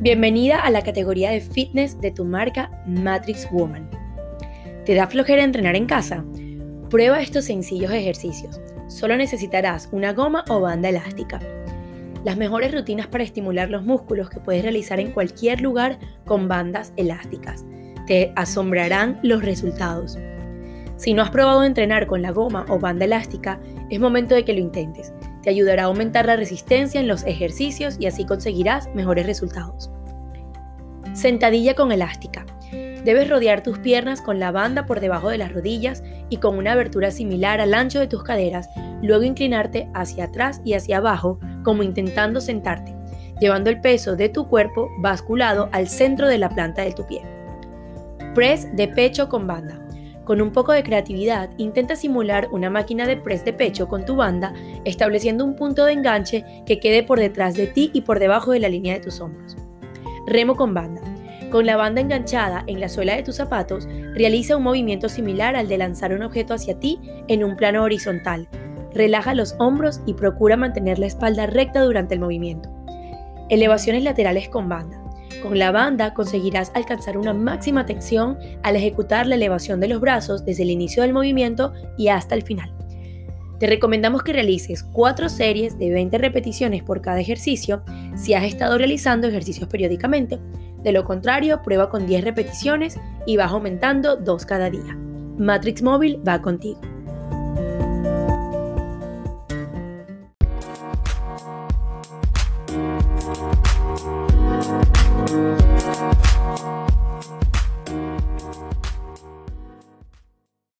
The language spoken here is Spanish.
Bienvenida a la categoría de fitness de tu marca Matrix Woman. ¿Te da flojera entrenar en casa? Prueba estos sencillos ejercicios. Solo necesitarás una goma o banda elástica. Las mejores rutinas para estimular los músculos que puedes realizar en cualquier lugar con bandas elásticas. Te asombrarán los resultados. Si no has probado entrenar con la goma o banda elástica, es momento de que lo intentes. Te ayudará a aumentar la resistencia en los ejercicios y así conseguirás mejores resultados. Sentadilla con elástica. Debes rodear tus piernas con la banda por debajo de las rodillas y con una abertura similar al ancho de tus caderas, luego inclinarte hacia atrás y hacia abajo como intentando sentarte, llevando el peso de tu cuerpo basculado al centro de la planta de tu pie. Press de pecho con banda. Con un poco de creatividad, intenta simular una máquina de press de pecho con tu banda, estableciendo un punto de enganche que quede por detrás de ti y por debajo de la línea de tus hombros. Remo con banda. Con la banda enganchada en la suela de tus zapatos, realiza un movimiento similar al de lanzar un objeto hacia ti en un plano horizontal. Relaja los hombros y procura mantener la espalda recta durante el movimiento. Elevaciones laterales con banda. Con la banda conseguirás alcanzar una máxima tensión al ejecutar la elevación de los brazos desde el inicio del movimiento y hasta el final. Te recomendamos que realices 4 series de 20 repeticiones por cada ejercicio si has estado realizando ejercicios periódicamente. De lo contrario, prueba con 10 repeticiones y vas aumentando 2 cada día. Matrix Móvil va contigo.